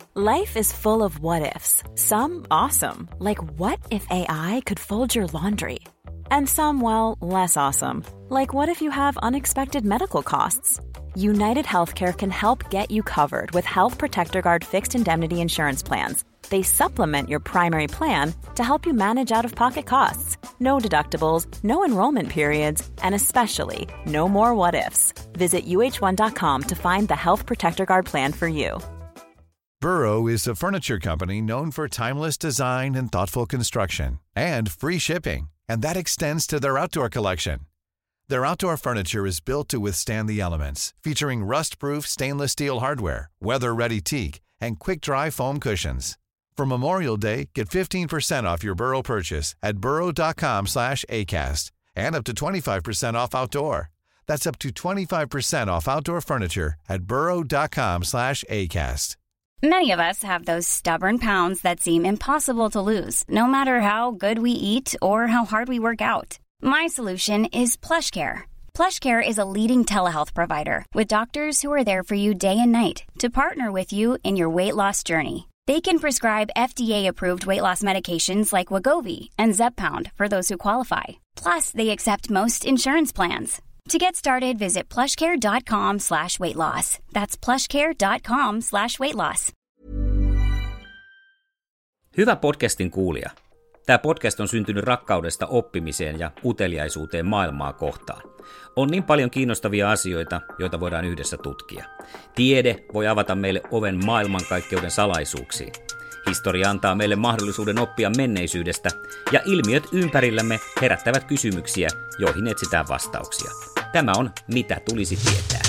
Life is full of what-ifs. Some awesome, like what if AI could fold your laundry? And some, well, less awesome, like what if you have unexpected medical costs? United Healthcare can help get you covered with Health Protector Guard fixed indemnity insurance plans. They supplement your primary plan to help you manage out-of-pocket costs. No deductibles, no enrollment periods, and especially no more what-ifs. Visit uh1.com to find the Health Protector Guard plan for you. Burrow is a furniture company known for timeless design and thoughtful construction, and free shipping, and that extends to their outdoor collection. Their outdoor furniture is built to withstand the elements, featuring rust-proof stainless steel hardware, weather-ready teak, and quick-dry foam cushions. For Memorial Day, get 15% off your Burrow purchase at burrow.com/ACAST and up to 25% off outdoor. That's up to 25% off outdoor furniture at burrow.com/ACAST. Many of us have those stubborn pounds that seem impossible to lose, no matter how good we eat or how hard we work out. My solution is PlushCare. PlushCare is a leading telehealth provider with doctors who are there for you day and night to partner with you in your weight loss journey. They can prescribe FDA-approved weight loss medications like Wegovy and Zepbound for those who qualify. Plus, they accept most insurance plans. To get started, visit plushcare.com/weightloss. That's plushcare.com/weightloss. Hyvä podcastin kuulija. Tämä podcast on syntynyt rakkaudesta oppimiseen ja uteliaisuuteen maailmaa kohtaan. On niin paljon kiinnostavia asioita, joita voidaan yhdessä tutkia. Tiede voi avata meille oven maailmankaikkeuden salaisuuksiin. Historia antaa meille mahdollisuuden oppia menneisyydestä, ja ilmiöt ympärillämme herättävät kysymyksiä, joihin etsitään vastauksia. Tämä on Mitä tulisi tietää.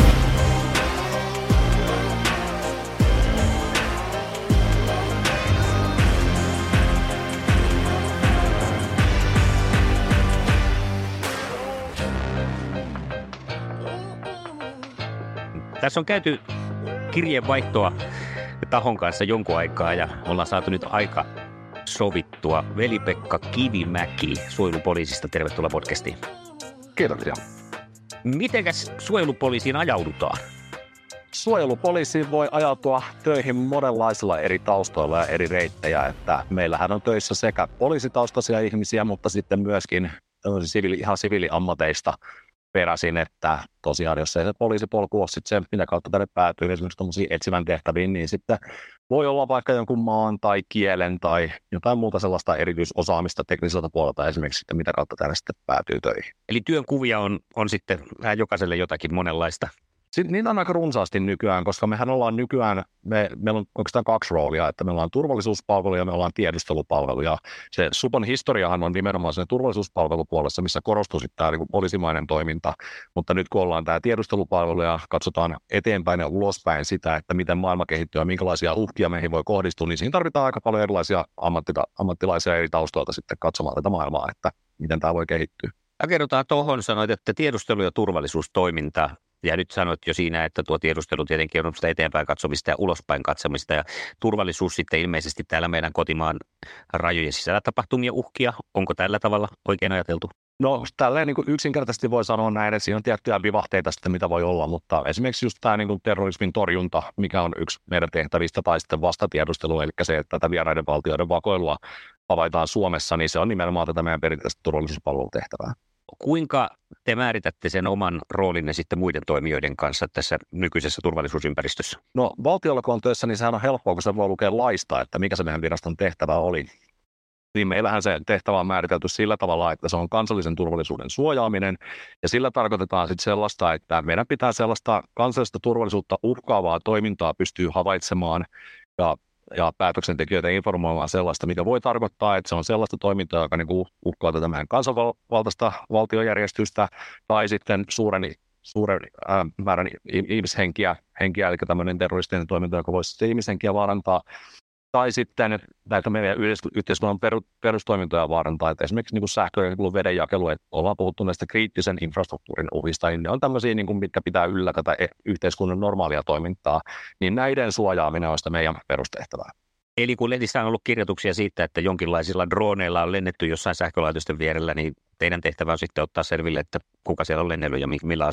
Tässä on käyty kirjeenvaihtoa tahon kanssa jonkun aikaa ja ollaan saatu nyt aika sovittua. Veli-Pekka Kivimäki suojelupoliisista, tervetuloa podcastiin. Kiitoksia. Mitenkäs suojelupoliisiin ajaudutaan? Suojelupoliisiin voi ajautua töihin monenlaisilla eri taustoilla ja eri reittejä. Että meillähän on töissä sekä poliisitaustaisia ihmisiä, mutta sitten myöskin ihan siviiliammateista peräisin, että tosiaan jos ei se poliisipolku ole sitten se, mitä kautta tänne päätyy esimerkiksi tuollaisiin etsivän tehtäviin, niin sitten voi olla vaikka jonkun maan tai kielen tai jotain muuta sellaista erityisosaamista tekniseltä puolelta esimerkiksi, sitten, mitä kautta tänne sitten päätyy töihin. Eli työn kuvia on sitten vähän jokaiselle jotakin monenlaista. Niitä on aika runsaasti nykyään, koska mehän ollaan nykyään, meillä on oikeastaan kaksi roolia, että meillä on turvallisuuspalvelu ja me ollaan tiedustelupalvelu. Ja se Supon historiahan on nimenomaan sen turvallisuuspalvelupuolessa, missä korostuu sitten tämä niin poliisimainen toiminta. Mutta nyt kun ollaan tämä tiedustelupalvelu ja katsotaan eteenpäin ja ulospäin sitä, että miten maailma kehittyy ja minkälaisia uhkia meihin voi kohdistua, niin siinä tarvitaan aika paljon erilaisia ammattilaisia eri taustoilta sitten katsomaan tätä maailmaa, että miten tämä voi kehittyä. Kerrotaan tuohon, sanoit, että tiedustelu- ja turvallisuustoiminta. Ja nyt sanoit jo siinä, että tuo tiedustelu tietenkin on sitä eteenpäin katsomista ja ulospäin katsomista ja turvallisuus sitten ilmeisesti täällä meidän kotimaan rajojen sisällä tapahtumia uhkia. Onko tällä tavalla oikein ajateltu? No tälleen niin kuin yksinkertaisesti voi sanoa näin, että siinä on tiettyjä vivahteita sitten, mitä voi olla, mutta esimerkiksi just tämä niin kuin terrorismin torjunta, mikä on yksi meidän tehtävistä, tai sitten vastatiedustelu, eli se, että tätä vieraiden valtioiden vakoilua havaitaan Suomessa, niin se on nimenomaan tätä meidän perinteistä turvallisuuspalvelutehtävää. Kuinka te määritätte sen oman roolinne sitten muiden toimijoiden kanssa tässä nykyisessä turvallisuusympäristössä? No valtiolla kun on töissä, niin sehän on helppoa, kun se voi lukea laista, että mikä se meidän viraston tehtävä oli. Niin meillähän se tehtävä on määritelty sillä tavalla, että se on kansallisen turvallisuuden suojaaminen, ja sillä tarkoitetaan sitten sellaista, että meidän pitää sellaista kansallista turvallisuutta uhkaavaa toimintaa pystyä havaitsemaan ja päätöksentekijöitä informoimaan sellaista, mikä voi tarkoittaa, että se on sellaista toimintaa, joka niin uhkaa tätä meidän kansanvaltaista valtiojärjestystä tai sitten suuren määrän ihmishenkiä, eli tämmöinen terroristinen toiminta, joka voisi sitten ihmishenkiä vaarantaa, tai sitten näitä meidän yhteiskunnan perustoimintoja vaarantaa, että esimerkiksi niin sähköjakelu, vedenjakelu, että ollaan puhuttu näistä kriittisen infrastruktuurin uhista, niin ne on tämmöisiä, niin kuin, mitkä pitää yllä tätä yhteiskunnan normaalia toimintaa, niin näiden suojaaminen on sitä meidän perustehtävää. Eli kun lehdissä on ollut kirjoituksia siitä, että jonkinlaisilla droneilla on lennetty jossain sähkölaitosten vierellä, niin teidän tehtävä on sitten ottaa selville, että kuka siellä on lennellyt ja millä asialla?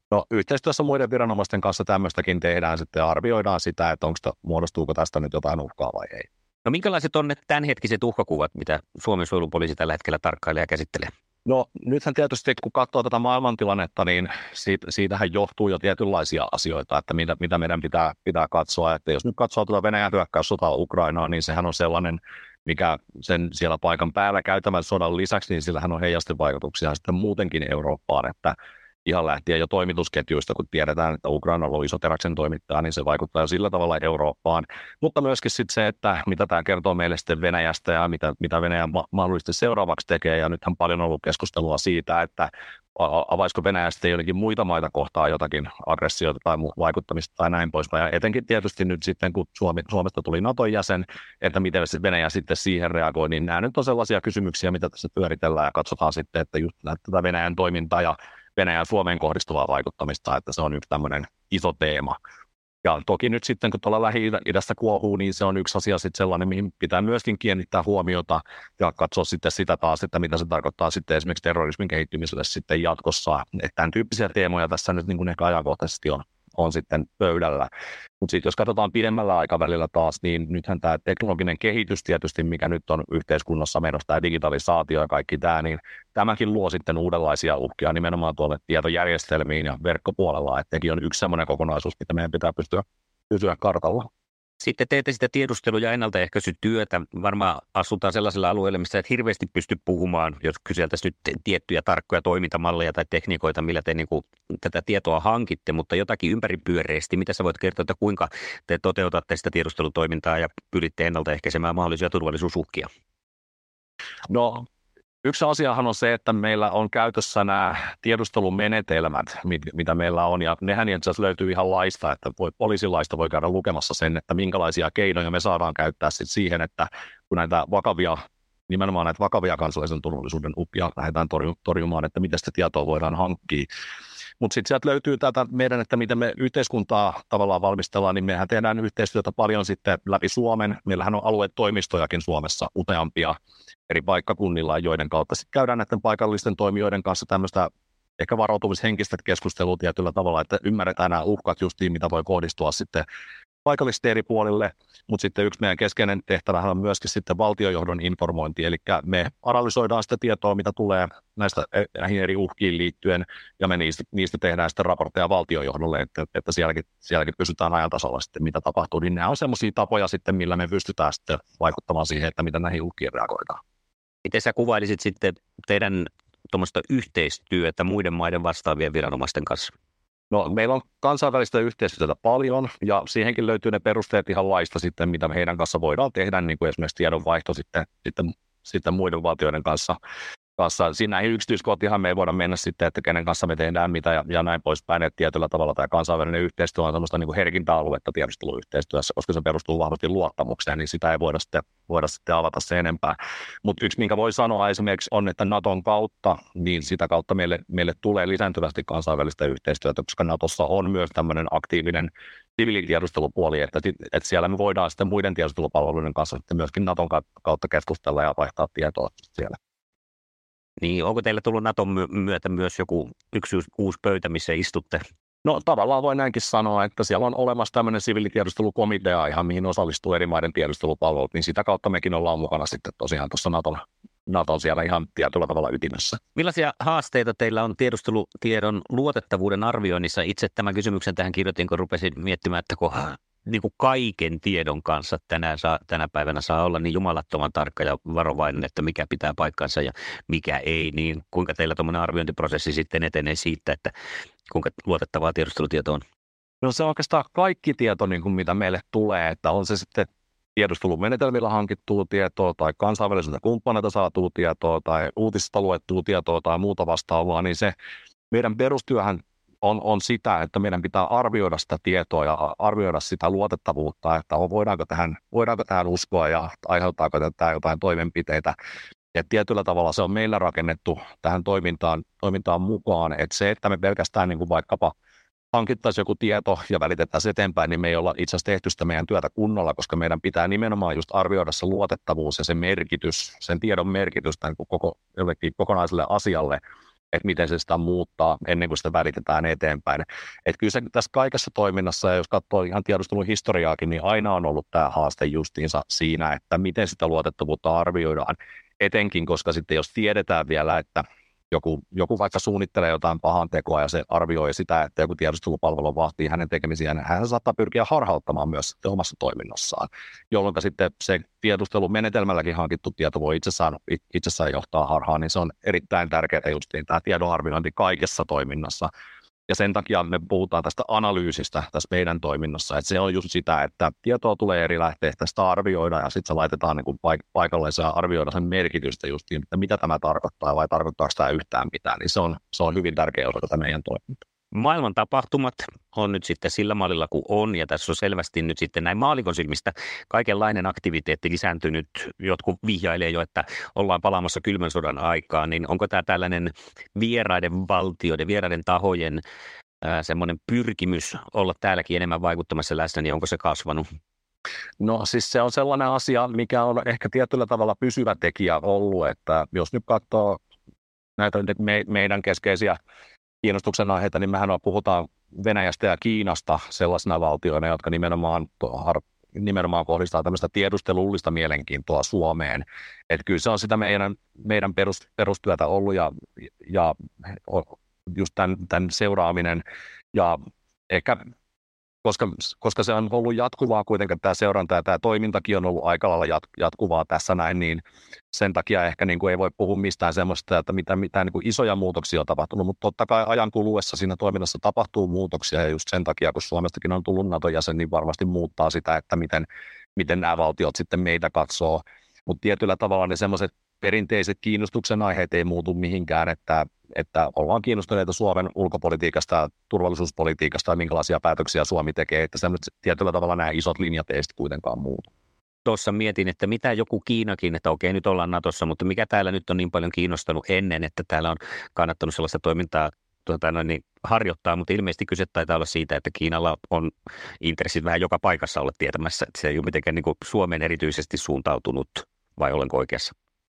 No yhteistyössä muiden viranomaisten kanssa tämmöistäkin tehdään sitten ja arvioidaan sitä, että muodostuuko tästä nyt jotain uhkaa vai ei. No minkälaiset on ne tämänhetkiset uhkakuvat, mitä Suomen suojelupoliisi tällä hetkellä tarkkailee ja käsittelee? No nythän tietysti kun katsoo tätä maailmantilannetta, niin siitähän johtuu jo tietynlaisia asioita, että mitä meidän pitää katsoa. Että jos nyt katsoo tuota Venäjän hyökkäyssotaa Ukrainaan, niin sehän on sellainen, mikä sen siellä paikan päällä käytävän sodan lisäksi, niin sillähän on heijastevaikutuksia sitten muutenkin Eurooppaan, että ihan lähtien jo toimitusketjuista, kun tiedetään, että Ukrainalla on iso teräksen toimittaja, niin se vaikuttaa jo sillä tavalla Eurooppaan. Mutta myöskin sitten se, että mitä tämä kertoo meille sitten Venäjästä ja mitä Venäjä mahdollisesti seuraavaksi tekee. Ja nythän paljon on ollut keskustelua siitä, että avaisiko Venäjä sitten jotenkin muita maita kohtaa jotakin aggressiota tai vaikuttamista tai näin poispäin. Ja etenkin tietysti nyt sitten, kun Suomesta tuli Naton jäsen, että miten Venäjä sitten siihen reagoi, niin nämä nyt on sellaisia kysymyksiä, mitä tässä pyöritellään ja katsotaan sitten, että just tätä Venäjän toimintaa ja Venäjän Suomeen kohdistuvaa vaikuttamista, että se on yksi tämmöinen iso teema. Ja toki nyt sitten, kun tuolla Lähi-idässä kuohuu, niin se on yksi asia sitten sellainen, mihin pitää myöskin kiinnittää huomiota ja katsoa sitten sitä taas, että mitä se tarkoittaa sitten esimerkiksi terrorismin kehittymiselle sitten jatkossa. Että tämän tyyppisiä teemoja tässä nyt niin kuin ehkä ajankohtaisesti on sitten pöydällä. Mutta sitten jos katsotaan pidemmällä aikavälillä taas, niin nythän tämä teknologinen kehitys tietysti, mikä nyt on yhteiskunnassa menossa, tämä digitalisaatio ja kaikki tämä, niin tämäkin luo sitten uudenlaisia uhkia nimenomaan tuolle tietojärjestelmiin ja verkkopuolella, että sekin on yksi sellainen kokonaisuus, mitä meidän pitää pysyä kartalla. Sitten teette sitä tiedustelu- ja ennaltaehkäisytyötä. Varmaan asutaan sellaisella alueella, missä et hirveästi pysty puhumaan, jos kyseltäisiin nyt tiettyjä tarkkoja toimintamalleja tai tekniikoita, millä te tätä tietoa hankitte, mutta jotakin ympäripyöreästi. Mitä sä voit kertoa, että kuinka te toteutatte sitä tiedustelutoimintaa ja pyritte ennaltaehkäisemään mahdollisia turvallisuusuhkia? No, yksi asiahan on se, että meillä on käytössä nämä tiedustelumenetelmät, mitä meillä on, ja nehän itse asiassa löytyy ihan laista, että poliisilaista voi käydä lukemassa sen, että minkälaisia keinoja me saadaan käyttää sit siihen, että kun nimenomaan näitä vakavia kansallisen turvallisuuden uhkia lähdetään torjumaan, että miten sitä tietoa voidaan hankkia. Mutta sitten sieltä löytyy tätä meidän, että miten me yhteiskuntaa tavallaan valmistellaan, niin mehän tehdään yhteistyötä paljon sitten läpi Suomen. Meillähän on aluetoimistojakin Suomessa useampia eri paikkakunnilla, joiden kautta sitten käydään näiden paikallisten toimijoiden kanssa tämmöistä ehkä varautumishenkistä keskustelua tietyllä tavalla, että ymmärretään nämä uhkat justiin, mitä voi kohdistua sitten paikallisesti eri puolille, mutta sitten yksi meidän keskeinen tehtävähän on myöskin sitten valtiojohdon informointi, eli me analysoidaan sitä tietoa, mitä tulee näihin eri uhkiin liittyen, ja me niistä tehdään sitten raportteja valtiojohdolle, että sielläkin pysytään ajan tasalla sitten, mitä tapahtuu, niin nämä on semmoisia tapoja sitten, millä me pystytään sitten vaikuttamaan siihen, että mitä näihin uhkiin reagoidaan. Miten sä kuvailisit sitten teidän tuommoista yhteistyötä muiden maiden vastaavien viranomaisten kanssa? No, meillä on kansainvälistä yhteistyötä paljon, ja siihenkin löytyy ne perusteet ihan laista sitten, mitä me heidän kanssa voidaan tehdä, niin kuin esimerkiksi tiedonvaihto sitten muiden valtioiden kanssa. Siinä näihin yksityiskohtiinhan me ei voida mennä sitten, että kenen kanssa me tehdään mitä ja näin poispäin, että tietyllä tavalla tämä kansainvälinen yhteistyö on sellaista niin kuin herkintä aluetta tiedusteluyhteistyössä, koska se perustuu vahvasti luottamukseen, niin sitä ei voida sitten avata se enempää. Mutta yksi, minkä voi sanoa esimerkiksi on, että Naton kautta, niin sitä kautta meille tulee lisääntyvästi kansainvälistä yhteistyötä, koska Natossa on myös tämmöinen aktiivinen siviilitiedustelupuoli, että siellä me voidaan sitten muiden tiedustelupalveluiden kanssa sitten myöskin Naton kautta keskustella ja vaihtaa tietoa siellä. Niin, onko teillä tullut Naton myötä myös joku yksi uusi pöytä, missä istutte? No tavallaan voi näinkin sanoa, että siellä on olemassa tämmöinen siviilitiedustelukomitea ihan mihin osallistuu eri maiden tiedustelupalvelut, niin sitä kautta mekin ollaan mukana sitten tosiaan tuossa Naton siellä ihan tietyllä tavalla ytimessä. Millaisia haasteita teillä on tiedustelutiedon luotettavuuden arvioinnissa? Itse tämän kysymyksen tähän kirjoitin, kun rupesin miettimään, että kun niin kuin kaiken tiedon kanssa tänä päivänä saa olla niin jumalattoman tarkka ja varovainen, että mikä pitää paikkansa ja mikä ei, niin kuinka teillä tuommoinen arviointiprosessi sitten etenee siitä, että kuinka luotettavaa tiedustelutieto on? No se on oikeastaan kaikki tieto, niin kuin mitä meille tulee, että on se sitten tiedustelumenetelmillä hankittua tietoa tai kansainväliseltä kumppaneilta saatua tietoa tai uutisista luettua tietoa tai muuta vastaavaa, niin se meidän perustyöhän on sitä, että meidän pitää arvioida sitä tietoa ja arvioida sitä luotettavuutta, että voidaanko tähän uskoa ja aiheuttaako tämä jotain toimenpiteitä. Ja tietyllä tavalla se on meillä rakennettu tähän toimintaan mukaan, että se, että me pelkästään niin kuin vaikkapa hankittaisiin joku tieto ja välitetään se eteenpäin, niin me ei olla itse asiassa tehty sitä meidän työtä kunnolla, koska meidän pitää nimenomaan just arvioida se luotettavuus ja se merkitys, sen tiedon merkitys tämän jollekin kokonaiselle asialle. että miten se sitä muuttaa ennen kuin sitä välitetään eteenpäin. Että kyllä se tässä kaikessa toiminnassa, ja jos katsoo ihan tiedustelun historiaakin, niin aina on ollut tämä haaste justiinsa siinä, että miten sitä luotettavuutta arvioidaan, etenkin koska sitten jos tiedetään vielä, että joku vaikka suunnittelee jotain pahan tekoa ja se arvioi sitä, että joku tiedustelupalvelu vaatii hänen tekemisiään, hän saattaa pyrkiä harhauttamaan myös sitten omassa toiminnassaan, jolloin sitten se tiedustelumenetelmälläkin hankittu tieto voi itsessään johtaa harhaan, niin se on erittäin tärkeää justiin tämä tiedonarviointi kaikessa toiminnassa. Ja sen takia me puhutaan tästä analyysistä tässä meidän toiminnassa, että se on just sitä, että tietoa tulee eri lähteistä, sitä arvioidaan ja sitten se laitetaan niin kuin paikalle ja arvioida sen merkitystä justiin, että mitä tämä tarkoittaa vai tarkoittaako tämä yhtään mitään, niin se on hyvin tärkeä osa tätä meidän toimintaa. Maailman tapahtumat on nyt sitten sillä mallilla kuin on, ja tässä on selvästi nyt sitten näin maallikon silmistä kaikenlainen aktiviteetti lisääntynyt. Jotkut vihjailee jo, että ollaan palaamassa kylmän sodan aikaan, niin onko tämä tällainen vieraiden valtioiden, vieraiden tahojen semmoinen pyrkimys olla täälläkin enemmän vaikuttamassa läsnä, niin onko se kasvanut? No siis se on sellainen asia, mikä on ehkä tietyllä tavalla pysyvä tekijä ollut, että jos nyt katsoo näitä meidän keskeisiä kiinnostuksen aiheita, niin mehän puhutaan Venäjästä ja Kiinasta sellaisena valtioina, jotka nimenomaan kohdistaa tämmöistä tiedustelullista mielenkiintoa Suomeen. Että kyllä se on sitä meidän perustyötä ollut ja just tämän seuraaminen ja ehkä koska se on ollut jatkuvaa kuitenkin tämä seuranta ja tämä toimintakin on ollut aika lailla jatkuvaa tässä näin, niin sen takia ehkä niin kuin ei voi puhua mistään semmoista, että mitään niin kuin isoja muutoksia on tapahtunut, mutta totta kai ajan kuluessa siinä toiminnassa tapahtuu muutoksia ja just sen takia, kun Suomestakin on tullut NATO-jäsen, niin varmasti muuttaa sitä, että miten nämä valtiot sitten meitä katsoo, mutta tietyllä tavalla ne semmoiset perinteiset kiinnostuksen aiheet ei muutu mihinkään, että ollaan kiinnostuneita Suomen ulkopolitiikasta ja turvallisuuspolitiikasta ja minkälaisia päätöksiä Suomi tekee, että tietyllä tavalla nämä isot linjat ei sitten kuitenkaan muutu. Tuossa mietin, että mitä joku Kiinakin, että okei nyt ollaan Natossa, mutta mikä täällä nyt on niin paljon kiinnostanut ennen, että täällä on kannattanut sellaista toimintaa harjoittaa, mutta ilmeisesti kyse taitaa olla siitä, että Kiinalla on intressit vähän joka paikassa olla tietämässä, että se ei ole mitenkään niin kuin Suomeen erityisesti suuntautunut, vai olenko oikeassa?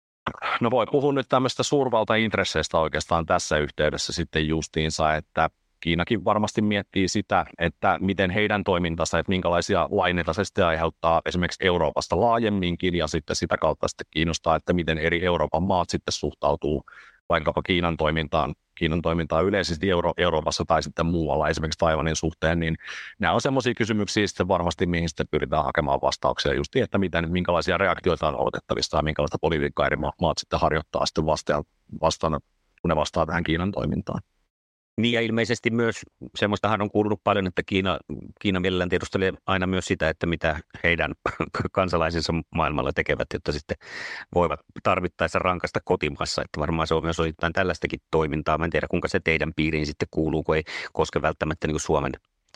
No voi puhua nyt tämmöistä suurvaltaintresseistä oikeastaan tässä yhteydessä sitten justiinsa, että Kiinakin varmasti miettii sitä, että miten heidän toimintansa, että minkälaisia laineita se sitten aiheuttaa esimerkiksi Euroopasta laajemminkin ja sitten sitä kautta sitten kiinnostaa, että miten eri Euroopan maat sitten suhtautuu vaikkapa Kiinan toimintaan yleisesti Euroopassa tai sitten muualla, esimerkiksi Taiwanin suhteen, niin nämä on semmoisia kysymyksiä sitten varmasti, mihin sitten pyritään hakemaan vastauksia, just että minkälaisia reaktioita on odotettavissa ja minkälaista politiikkaa eri maat sitten harjoittaa sitten vastaan, kun ne vastaa tähän Kiinan toimintaan. Niin ja ilmeisesti myös semmoistahan on kuulunut paljon, että Kiina mielellään tiedustelee aina myös sitä, että mitä heidän kansalaisensa maailmalla tekevät, jotta sitten voivat tarvittaessa rankasta kotimaassa. Että varmaan se on myös osittain tällaistakin toimintaa. Mä en tiedä, kuinka se teidän piiriin sitten kuuluu, kun ei koske välttämättä niin kuin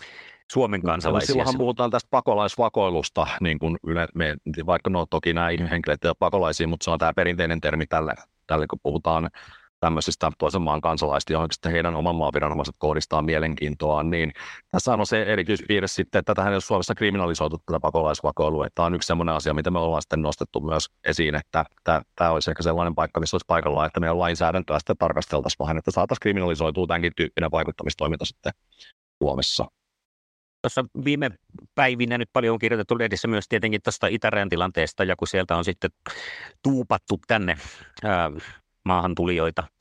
Suomen kansalaisia. Silloinhan puhutaan tästä pakolaisvakoilusta, niin kuin vaikka toki nämä henkilöt eivät pakolaisia, mutta se on tämä perinteinen termi tälle kun puhutaan tämmöisistä toisen maan kansalaista, johon sitten heidän oman maan viranomaiset kohdistaa mielenkiintoa, niin tässä on se erityispiirre sitten, että tähän ei ole Suomessa kriminalisoitu tätä pakolaisvakoilua. Tämä on yksi sellainen asia, mitä me ollaan sitten nostettu myös esiin, että tämä olisi ehkä sellainen paikka, missä olisi paikallaan, että meidän lainsäädäntöä sitten tarkasteltaisiin vähän, että saataisiin kriminalisoitua tämänkin tyyppinen vaikuttamistoiminta sitten Suomessa. Tuossa viime päivinä nyt paljon on kirjoitettu lehdissä myös tietenkin tästä itärajan tilanteesta, ja kun sieltä on sitten tuupattu tänne maahantulijoita.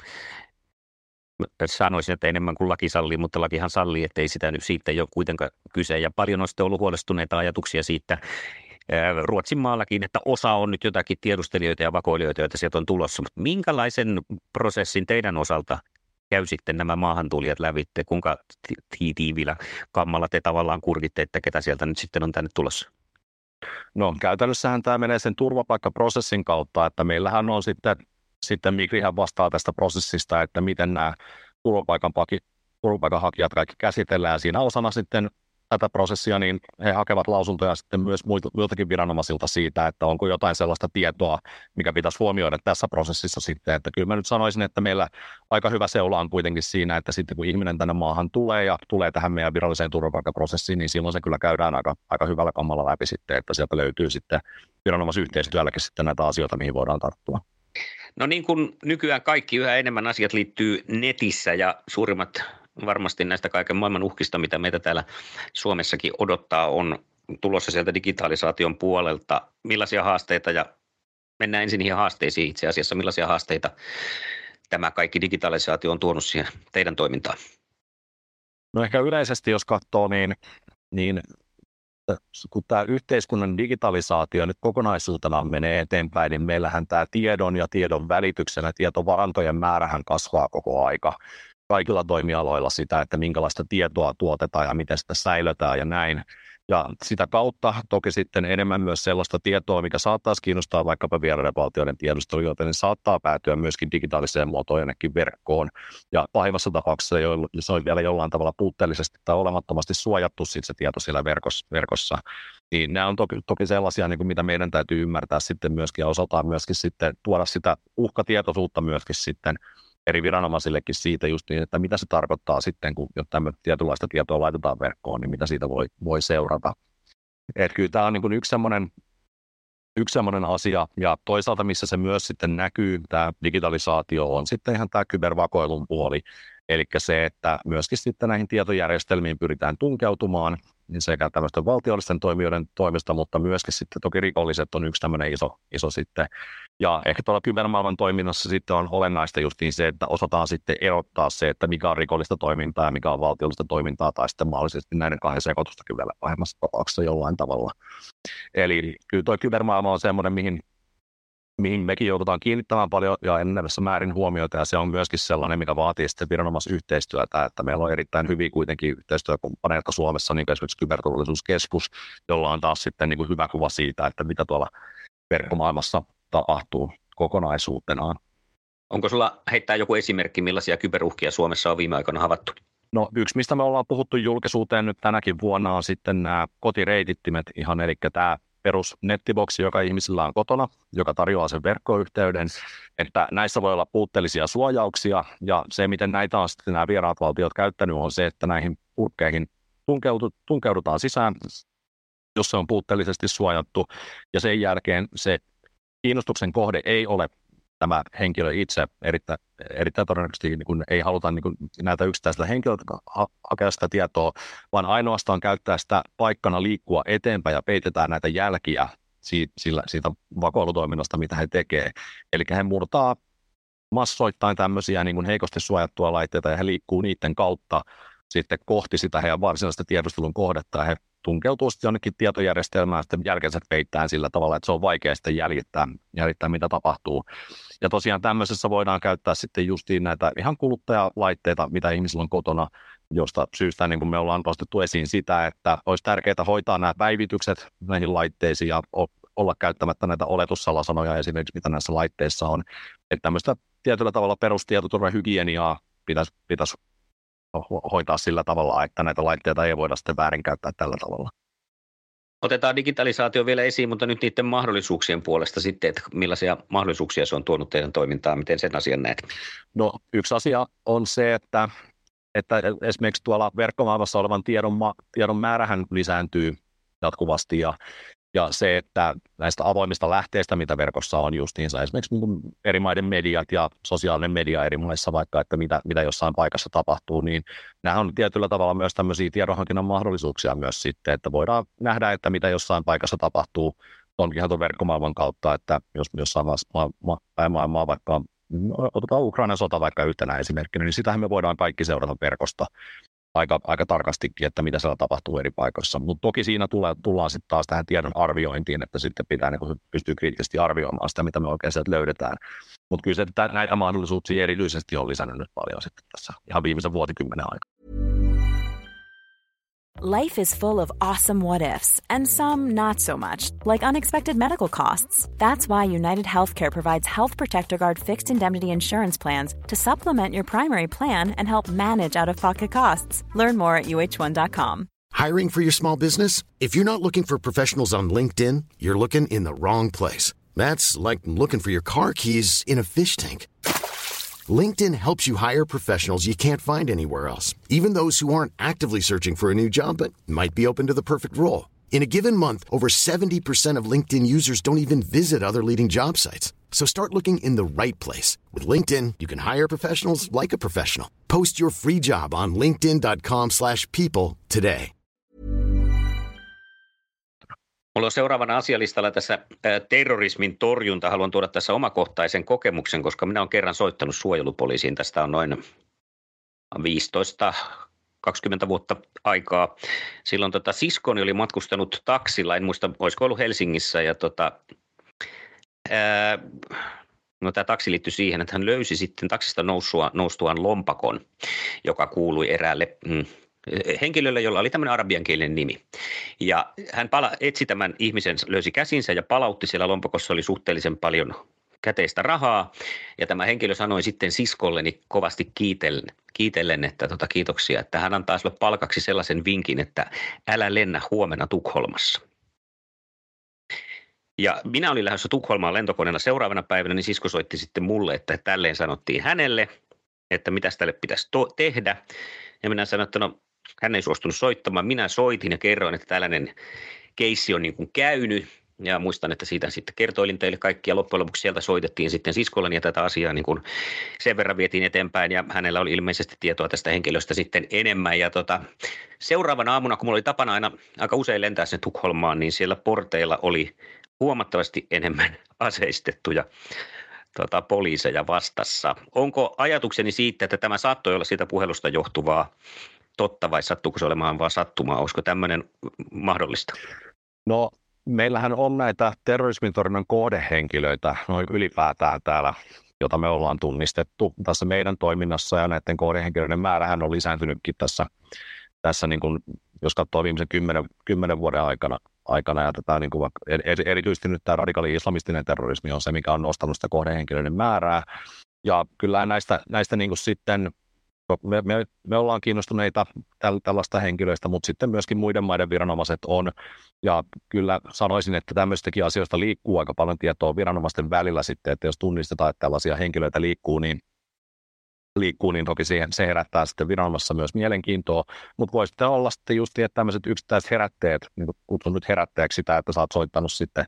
Sanoisin, että enemmän kuin laki sallii, mutta lakihan sallii, että ei siitä ei ole kuitenkaan kyse. Ja paljon on sitten ollut huolestuneita ajatuksia siitä Ruotsin maallakin, että osa on nyt jotakin tiedustelijoita ja vakoilijoita, joita sieltä on tulossa. Mutta minkälaisen prosessin teidän osalta käy sitten nämä maahantulijat lävitte? Kuinka tiiviillä kammalla te tavallaan kurkitte, että ketä sieltä nyt sitten on tänne tulossa? No käytännössähän tämä menee sen turvapaikkaprosessin kautta, että meillähän on sitten Migrihän vastaa tästä prosessista, että miten nämä turvapaikanhakijat kaikki käsitellään. Ja siinä osana sitten tätä prosessia, niin he hakevat lausuntoja sitten myös muiltakin viranomaisilta siitä, että onko jotain sellaista tietoa, mikä pitäisi huomioida tässä prosessissa sitten. Että kyllä mä nyt sanoisin, että meillä aika hyvä seula on kuitenkin siinä, että sitten kun ihminen tänne maahan tulee ja tulee tähän meidän viralliseen turvapaikkaprosessiin, niin silloin se kyllä käydään aika hyvällä kammalla läpi sitten, että sieltä löytyy sitten viranomaisyhteistyölläkin sitten näitä asioita, mihin voidaan tarttua. No niin kuin nykyään kaikki yhä enemmän asiat liittyy netissä ja suurimmat varmasti näistä kaiken maailman uhkista, mitä meitä täällä Suomessakin odottaa, on tulossa sieltä digitalisaation puolelta. Millaisia haasteita, ja mennään ensin niihin haasteisiin itse asiassa, millaisia haasteita tämä kaikki digitalisaatio on tuonut siihen teidän toimintaan? No ehkä yleisesti, jos katsoo, niin kun tämä yhteiskunnan digitalisaatio nyt kokonaisuutena menee eteenpäin, niin meillähän tämä tiedon ja tiedon välityksen ja tietovarantojen määrähän kasvaa koko aika. Kaikilla toimialoilla sitä, että minkälaista tietoa tuotetaan ja miten sitä säilötään ja näin. Ja sitä kautta toki sitten enemmän myös sellaista tietoa, mikä saattaisi kiinnostaa vaikkapa vieraiden valtioiden tiedustelijoita, niin saattaa päätyä myöskin digitaaliseen muotoon jonnekin verkkoon. Ja pahimmassa tapauksessa, jos on vielä jollain tavalla puutteellisesti tai olemattomasti suojattu sit se tieto siellä verkossa, niin nämä on toki sellaisia, niin kuin mitä meidän täytyy ymmärtää sitten myöskin ja osataan myöskin sitten tuoda sitä uhkatietoisuutta myöskin sitten eri viranomaisillekin siitä just niin, että mitä se tarkoittaa sitten, kun tämmöistä tietynlaista tietoa laitetaan verkkoon, niin mitä siitä voi seurata. Että kyllä tämä on niin kuin yksi semmoinen asia, ja toisaalta missä se myös sitten näkyy, tämä digitalisaatio, on sitten ihan tämä kybervakoilun puoli, eli se, että myöskin sitten näihin tietojärjestelmiin pyritään tunkeutumaan, niin sekä tämmöisten valtiollisten toimijoiden toimesta, mutta myöskin sitten toki rikolliset on yksi tämmöinen iso sitten. Ja ehkä tuolla kybermaailman toiminnassa sitten on olennaista just niin se, että osataan sitten erottaa se, että mikä on rikollista toimintaa ja mikä on valtiollista toimintaa, tai sitten mahdollisesti näiden kahden sekoitustakin vielä pahimmassa tapauksessa jollain tavalla. Eli kyllä tuo kybermaailma on semmoinen, mihin mekin joudutaan kiinnittämään paljon ja enenevässä määrin huomioita, ja se on myöskin sellainen, mikä vaatii sitten viranomaisyhteistyötä, että meillä on erittäin hyviä kuitenkin yhteistyökumppaneita Suomessa, niin kuin esimerkiksi Kyberturvallisuuskeskus, jolla on taas sitten niin kuin hyvä kuva siitä, että mitä tuolla verkkomaailmassa tapahtuu kokonaisuutenaan. Onko sulla heittää joku esimerkki, millaisia kyberuhkia Suomessa on viime aikoina havaittu? No yksi, mistä me ollaan puhuttu julkisuuteen nyt tänäkin vuonna, on sitten nämä kotireitittimet, ihan eli tämä perus nettiboksi, joka ihmisillä on kotona, joka tarjoaa sen verkkoyhteyden, että näissä voi olla puutteellisia suojauksia, ja se, miten näitä on sitten nämä vieraat valtiot käyttänyt, on se, että näihin purkkeihin tunkeudutaan sisään, jos se on puutteellisesti suojattu, ja sen jälkeen se kiinnostuksen kohde ei ole tämä henkilö itse, erittäin todennäköisesti niin kun ei haluta niin kun näitä yksittäisillä henkilöitä hakea sitä tietoa, vaan ainoastaan käyttää sitä paikkana liikkua eteenpäin ja peitetään näitä jälkiä siitä vakoilutoiminnasta, mitä he tekevät. Eli he murtaa massoittain tämmöisiä niin kun heikosti suojattua laitteita ja he liikkuu niiden kautta sitten kohti sitä heidän varsinaista tiedustelun kohdetta ja he tunkeutuu sitten jonnekin tietojärjestelmään, sitten jälkeensä peittää sillä tavalla, että se on vaikea sitten jäljittää, mitä tapahtuu. Ja tosiaan tämmöisessä voidaan käyttää sitten justiin näitä ihan kuluttajalaitteita, mitä ihmisillä on kotona, josta syystä niin kuin me ollaan nostettu esiin sitä, että olisi tärkeää hoitaa nämä päivitykset näihin laitteisiin ja olla käyttämättä näitä oletussalasanoja esimerkiksi, mitä näissä laitteissa on. Että tämmöistä tietyllä tavalla perustietoturvahygieniaa pitäisi hoitaa sillä tavalla, että näitä laitteita ei voida sitten väärinkäyttää tällä tavalla. Otetaan digitalisaatio vielä esiin, mutta nyt niiden mahdollisuuksien puolesta sitten, että millaisia mahdollisuuksia se on tuonut teidän toimintaan, miten sen asian näet? No yksi asia on se, että esimerkiksi tuolla verkkomaailmassa olevan tiedon määrähän lisääntyy jatkuvasti ja se, että näistä avoimista lähteistä, mitä verkossa on justiinsa, esimerkiksi eri maiden mediat ja sosiaalinen media eri maissa vaikka, että mitä jossain paikassa tapahtuu, niin nämä on tietyllä tavalla myös tämmöisiä tiedonhankinnan mahdollisuuksia myös sitten, että voidaan nähdä, että mitä jossain paikassa tapahtuu ihan tuon verkkomaailman kautta, että jos jossain maailmaa vaikka, otetaan Ukrainan sota vaikka yhtenä esimerkkinä, niin sitähän me voidaan kaikki seurata verkosta aika tarkastikin, että mitä siellä tapahtuu eri paikoissa. Mutta toki siinä tullaan sitten taas tähän tiedon arviointiin, että sitten pitää niin pystyä kriittisesti arvioimaan sitä, mitä me oikein sieltä löydetään. Mutta kyllä se, että näitä mahdollisuuksia erityisesti on lisännyt nyt paljon sitten tässä ihan viimeisen vuosikymmenen aikana. Life is full of awesome what ifs, and some not so much, like unexpected medical costs. That's why United Healthcare provides Health Protector Guard fixed indemnity insurance plans to supplement your primary plan and help manage out-of-pocket costs. Learn more at uh1.com. Hiring for your small business? If you're not looking for professionals on LinkedIn, you're looking in the wrong place. That's like looking for your car keys in a fish tank. LinkedIn helps you hire professionals you can't find anywhere else, even those who aren't actively searching for a new job but might be open to the perfect role. In a given month, over 70% of LinkedIn users don't even visit other leading job sites. So start looking in the right place. With LinkedIn, you can hire professionals like a professional. Post your free job on linkedin.com/people today. Mulla on seuraavana asialistalla tässä terrorismin torjunta. Haluan tuoda tässä omakohtaisen kokemuksen, koska minä olen kerran soittanut suojelupoliisiin. Tästä on noin 15-20 vuotta aikaa. Silloin siskoni oli matkustanut taksilla, en muista, olisiko ollut Helsingissä. Ja tämä taksi liittyi siihen, että hän löysi sitten taksista noustuaan lompakon, joka kuului eräälle henkilölle, jolla oli tämmöinen arabiankielinen nimi. Ja hän etsi tämän ihmisen, löysi käsinsä ja palautti, siellä lompakossa oli suhteellisen paljon käteistä rahaa. Ja tämä henkilö sanoi sitten siskolleni kovasti kiitellen, että kiitoksia, että hän antaa sinulle palkaksi sellaisen vinkin, että älä lennä huomenna Tukholmassa. Ja minä olin lähdössä Tukholmaan lentokoneella seuraavana päivänä, niin sisko soitti sitten mulle, että tälleen sanottiin hänelle, että mitäs tälle pitäisi tehdä. Ja minä sanoin, että no hän ei suostunut soittamaan. Minä soitin ja kerroin, että tällainen keissi on niin kuin käynyt. Ja muistan, että siitä sitten kertoilin teille kaikki ja loppujen lopuksi sieltä soitettiin sitten siskolleni ja tätä asiaa niin kuin sen verran vietiin eteenpäin ja hänellä oli ilmeisesti tietoa tästä henkilöstä sitten enemmän. Ja seuraavana aamuna, kun mulla oli tapana aina aika usein lentää sen Tukholmaan, niin siellä porteilla oli huomattavasti enemmän aseistettuja poliiseja vastassa. Onko ajatukseni siitä, että tämä saattoi olla siitä puhelusta johtuvaa totta vai sattuuko se olemaan vaan sattumaa? Olisiko tämmöinen mahdollista? No meillähän on näitä terrorismintorjunnan kohdehenkilöitä noin ylipäätään täällä, jota me ollaan tunnistettu tässä meidän toiminnassa ja näiden kohdehenkilöiden määrähän on lisääntynytkin tässä niin kuin, jos katsoo viimeisen 10 vuoden aikana ja tätä, niin kuin, erityisesti nyt tämä radikaali islamistinen terrorismi on se, mikä on nostanut sitä kohdehenkilöiden määrää. Ja kyllä näistä niin kuin sitten, me ollaan kiinnostuneita tällaista henkilöistä, mutta sitten myöskin muiden maiden viranomaiset on. Ja kyllä sanoisin, että tämmöistäkin asioista liikkuu aika paljon tietoa viranomaisten välillä sitten, että jos tunnistetaan, että tällaisia henkilöitä liikkuu, niin toki se herättää sitten viranomaisessa myös mielenkiintoa, mutta voi sitten olla sitten just että tämmöiset yksittäiset herätteet, niin kuin kutsun nyt herätteeksi sitä, että sä oot soittanut sitten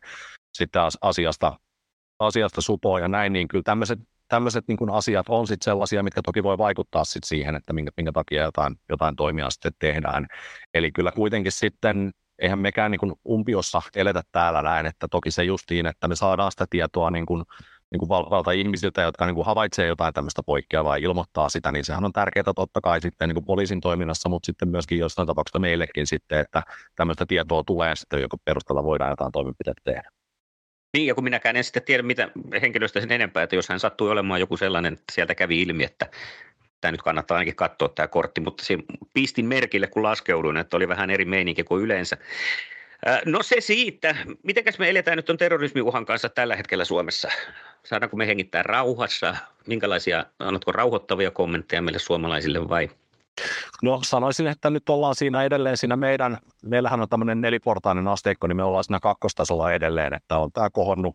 asiasta supoa ja näin, niin kyllä tämmöiset niin kuin asiat on sitten sellaisia, mitkä toki voi vaikuttaa sitten siihen, että minkä takia jotain toimia sitten tehdään. Eli kyllä kuitenkin sitten, eihän mekään niin kuin umpiossa eletä täällä näin, että toki se justiin, että me saadaan sitä tietoa niin kuin valta ihmisiltä, jotka niin kuin havaitsee jotain tämmöistä poikkeavaa ja ilmoittaa sitä, niin sehän on tärkeää totta kai sitten niin kuin poliisin toiminnassa, mutta sitten myöskin jossain tapauksessa meillekin sitten, että tämmöistä tietoa tulee sitten, joka perusteella voidaan jotain toimenpiteitä tehdä. Niin, ja kun minäkään en sitten tiedä mitä henkilöstä sen enempää, että jos hän sattui olemaan joku sellainen, että sieltä kävi ilmi, että tämä nyt kannattaa ainakin katsoa tämä kortti, mutta siinä pistin merkille, kun laskeuduin, että oli vähän eri meininki kuin yleensä. No se siitä. Mitenkäs me eletään nyt on terrorismiuhan kanssa tällä hetkellä Suomessa? Saadaanko me hengittää rauhassa? Minkälaisia, annatko rauhoittavia kommentteja meille suomalaisille vai? No sanoisin, että nyt ollaan siinä edelleen siinä meillähän on tämmöinen 4-portainen asteikko, niin me ollaan siinä 2-tasolla edelleen, että on tämä kohonnut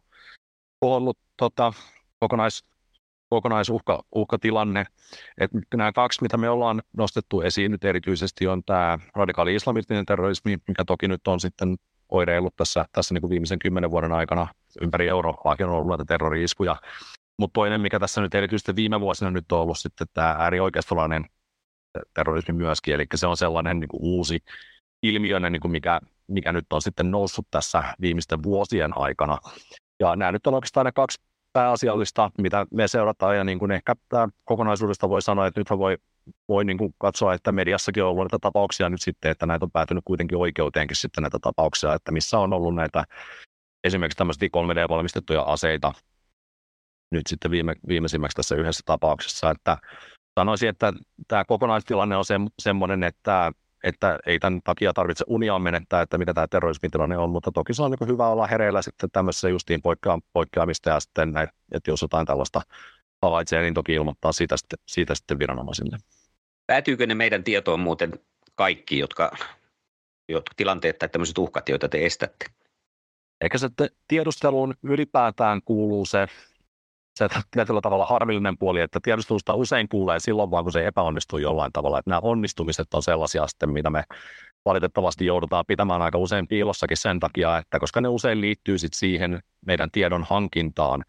kokonaisuhkatilanne. Että nämä kaksi, mitä me ollaan nostettu esiin nyt erityisesti on tämä radikaali islamistinen terrorismi, mikä toki nyt on sitten oireillut tässä niin kuin viimeisen 10 vuoden aikana ympäri Eurooppaakin on ollut näitä terrori-iskuja. Mutta toinen, mikä tässä nyt erityisesti viime vuosina nyt on ollut sitten tämä äärioikeistolainen terrorismi myöskin, eli se on sellainen niin kuin uusi ilmiöinen, niin kuin mikä nyt on sitten noussut tässä viimeisten vuosien aikana. Ja nämä nyt on oikeastaan ne kaksi pääasiallista, mitä me seurataan, ja niin kuin ehkä tämä kokonaisuudesta voi sanoa, että nythän voi niin kuin katsoa, että mediassakin on ollut näitä tapauksia nyt sitten, että näitä on päätynyt kuitenkin oikeuteenkin sitten näitä tapauksia, että missä on ollut näitä esimerkiksi tämmöisiä 3D-valmistettuja aseita nyt sitten viimeisimmäksi tässä yhdessä tapauksessa, että sanoisin, että tämä kokonaistilanne on semmoinen, että ei tämän takia tarvitse uniaan menettää, että mitä tämä terrorismitilanne on, mutta toki se on niin hyvä olla hereillä sitten tämmöisessä justiin poikkeamista ja sitten näin, että jos jotain tällaista havaitsee, niin toki ilmoittaa siitä sitten viranomaisille. Päätyykö ne meidän tietoon muuten kaikki, jotka tilanteet tai tämmöiset uhkat, joita te estätte? Eikä se tiedusteluun ylipäätään kuuluu se tietyllä tavalla harmillinen puoli, että tiedustelusta usein kuulee silloin vaan, kun se epäonnistuu jollain tavalla. Että nämä onnistumiset on sellaisia sitten, mitä me valitettavasti joudutaan pitämään aika usein piilossakin sen takia, että koska ne usein liittyy sitten siihen meidän tiedon hankintaan.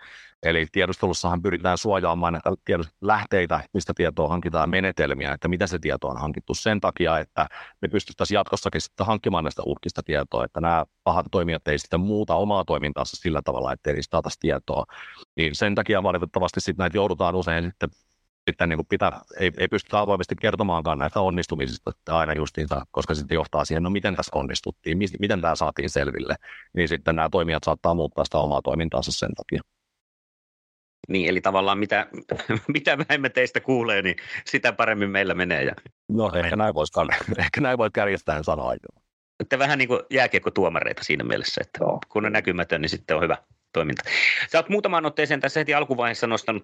Eli tiedustelussahan pyritään suojaamaan näitä lähteitä, mistä tietoa hankitaan, menetelmiä, että mitä se tieto on hankittu sen takia, että me pystyttäisiin jatkossakin sitten hankkimaan näistä uhkista tietoa, että nämä pahat toimijat ei sitten muuta omaa toimintaansa sillä tavalla, että ei niistä saataisi tietoa. Niin sen takia valitettavasti sitten näitä joudutaan usein sitten niin kuin ei pystytä avoimesti kertomaankaan näistä onnistumisista aina justiinsa, koska sitten johtaa siihen, no miten tässä onnistuttiin, miten tämä saatiin selville, niin sitten nämä toimijat saattaa muuttaa sitä omaa toimintaansa sen takia. Niin, eli tavallaan mitä vähemmän teistä kuulee, niin sitä paremmin meillä menee. No ehkä näin voit kärjestäen sanoa. Te vähän niin kuin jääkiekkotuomareita siinä mielessä, että kun on näkymätön, niin sitten on hyvä toiminta. Sä oot muutamaan otteeseen tässä heti alkuvaiheessa nostanut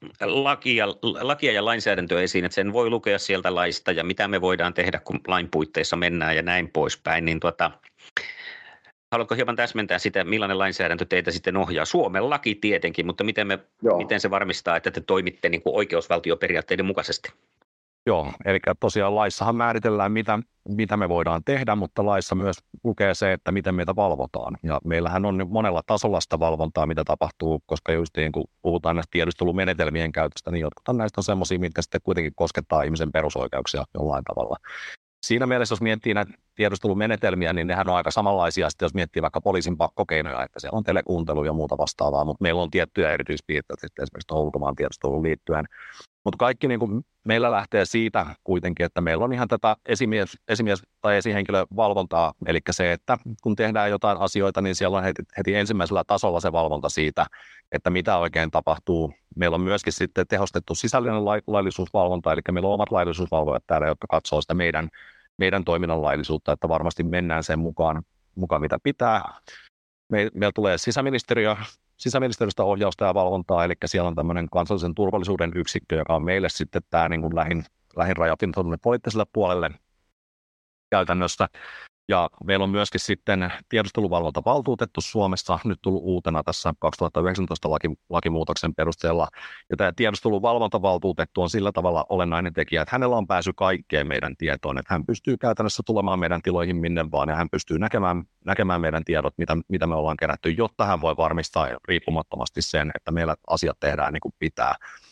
lakia ja lainsäädäntöä esiin, että sen voi lukea sieltä laista ja mitä me voidaan tehdä, kun lain puitteissa mennään ja näin poispäin. Niin haluatko hieman täsmentää sitä, millainen lainsäädäntö teitä sitten ohjaa? Suomen laki tietenkin, mutta miten se varmistaa, että te toimitte niin kuin oikeusvaltioperiaatteiden mukaisesti? Joo, eli tosiaan laissahan määritellään, mitä me voidaan tehdä, mutta laissa myös lukee se, että miten meitä valvotaan. Ja meillähän on monella tasolla sitä valvontaa, mitä tapahtuu, koska just niin kun puhutaan näistä tiedustelumenetelmien käytöstä, niin jotkut näistä on semmoisia, mitkä sitten kuitenkin koskettaa ihmisen perusoikeuksia jollain tavalla. Siinä mielessä, jos miettii näitä tiedustelumenetelmiä, niin nehän on aika samanlaisia, sitten jos miettii vaikka poliisin pakkokeinoja, että siellä on telekuuntelu ja muuta vastaavaa, mutta meillä on tiettyjä erityispiirteitä esimerkiksi ulkomaan tiedusteluun liittyen. Mutta kaikki niin kuin meillä lähtee siitä kuitenkin, että meillä on ihan tätä esimies- tai esihenkilövalvontaa, eli se, että kun tehdään jotain asioita, niin siellä on heti ensimmäisellä tasolla se valvonta siitä, että mitä oikein tapahtuu. Meillä on myöskin sitten tehostettu sisällinen laillisuusvalvonta, eli meillä on omat laillisuusvalvojat täällä, jotka katsoo sitä meidän toiminnan laillisuutta, että varmasti mennään sen mukaan mitä pitää. Meillä tulee sisäministeriöstä ohjausta ja valvontaa, eli siellä on tämmöinen kansallisen turvallisuuden yksikkö, joka on meille sitten tämä niin kuin lähin rajapinta poliittiselle puolelle käytännössä. Ja meillä on myöskin sitten tiedusteluvalvontavaltuutettu Suomessa nyt tullut uutena tässä 2019 lakimuutoksen perusteella. Ja tämä tiedusteluvalvontavaltuutettu on sillä tavalla olennainen tekijä, että hänellä on pääsy kaikkeen meidän tietoon, että hän pystyy käytännössä tulemaan meidän tiloihin minne vaan ja hän pystyy näkemään meidän tiedot, mitä me ollaan kerätty, jotta hän voi varmistaa riippumattomasti sen, että meillä asiat tehdään niin kuin pitää.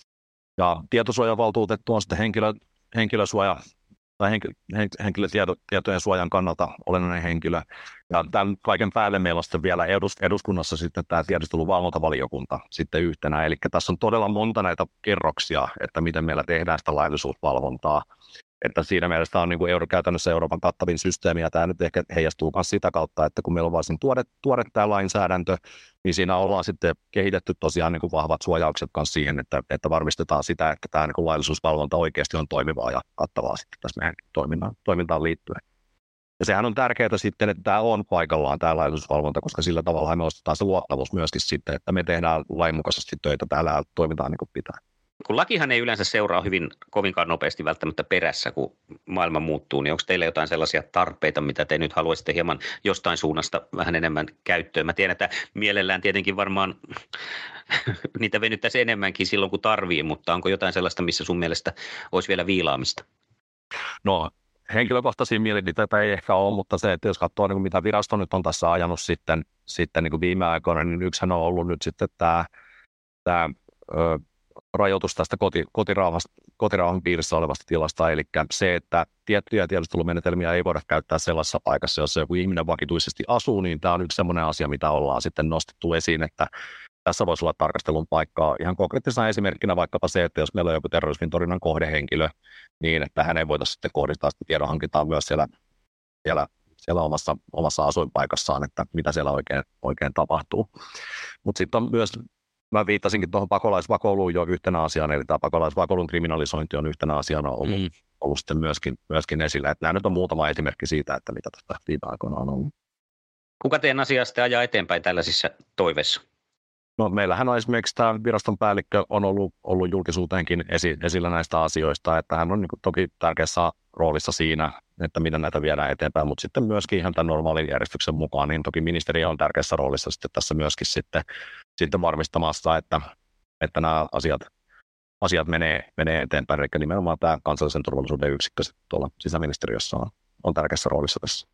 Ja tietosuojavaltuutettu on sitten henkilösuoja tai henkilötietojen suojan kannalta olennainen henkilö. Ja tämän kaiken päälle meillä on sitten vielä eduskunnassa sitten tämä tiedusteluvalvontavaliokunta sitten yhtenä. Eli tässä on todella monta näitä kerroksia, että miten meillä tehdään sitä laillisuusvalvontaa. Että siinä mielessä on niin kuin käytännössä Euroopan kattavin systeemi, ja tämä nyt ehkä heijastuu myös sitä kautta, että kun meillä on varsin tuore tämä lainsäädäntö, niin siinä ollaan sitten kehitetty tosiaan niin kuin vahvat suojaukset myös siihen, että varmistetaan sitä, että tämä niin kuin laillisuusvalvonta oikeasti on toimivaa ja kattavaa sitten tässä meidän toimintaan liittyen. Ja sehän on tärkeää sitten, että tämä on paikallaan tämä laillisuusvalvonta, koska sillä tavalla me ostetaan se luottamus myöskin sitten, että me tehdään lainmukaisesti töitä täällä ja toimitaan niin kuin pitää. Kun lakihan ei yleensä seuraa kovinkaan nopeasti välttämättä perässä, kun maailma muuttuu, niin onko teillä jotain sellaisia tarpeita, mitä te nyt haluaisitte hieman jostain suunnasta vähän enemmän käyttöön? Mä tiedän, että mielellään tietenkin varmaan niitä venyttäisiin enemmänkin silloin, kun tarvii, mutta onko jotain sellaista, missä sun mielestä olisi vielä viilaamista? No, henkilökohtaisia mielipiteitä ei ehkä ole, mutta se, että jos katsoo, niin mitä virasto nyt on tässä ajanut sitten niin kuin viime aikoina, niin yksihän on ollut nyt sitten tämä rajoitus tästä kotirauhan piirissä olevasta tilasta, eli se, että tiettyjä tiedustelumenetelmiä ei voida käyttää sellaisessa paikassa, jossa joku ihminen vakituisesti asuu, niin tämä on yksi sellainen asia, mitä ollaan sitten nostettu esiin, että tässä voisi olla tarkastelun paikkaa. Ihan konkreettisena esimerkkinä vaikkapa se, että jos meillä on joku terrorismin torjunnan kohdehenkilö, niin että hän ei voitaisiin sitten kohdistaa sitä tiedonhankintaa myös siellä omassa asuinpaikassaan, että mitä siellä oikein tapahtuu. Mutta sitten on myös, mä viittasinkin tuohon pakolaisvakoiluun jo yhtenä asiana, eli tämä pakolaisvakoilun kriminalisointi on yhtenä asiana ollut sitten myöskin esillä. Että nämä nyt on muutama esimerkki siitä, että mitä tästä viime aikoina on ollut. Kuka teidän asiaa sitten ajaa eteenpäin tällaisissa toiveissa? No, meillähän on esimerkiksi tämä viraston päällikkö on ollut julkisuuteenkin esillä näistä asioista, että hän on niin kuin toki tärkeässä roolissa siinä, että miten näitä viedään eteenpäin, mutta sitten myöskin ihan tämän normaalin järjestyksen mukaan, niin toki ministeriö on tärkeässä roolissa sitten tässä myöskin sitten varmistamassa, että nämä asiat menee eteenpäin, eli nimenomaan tämä kansallisen turvallisuuden yksikkö tuolla sisäministeriössä on tärkeässä roolissa tässä.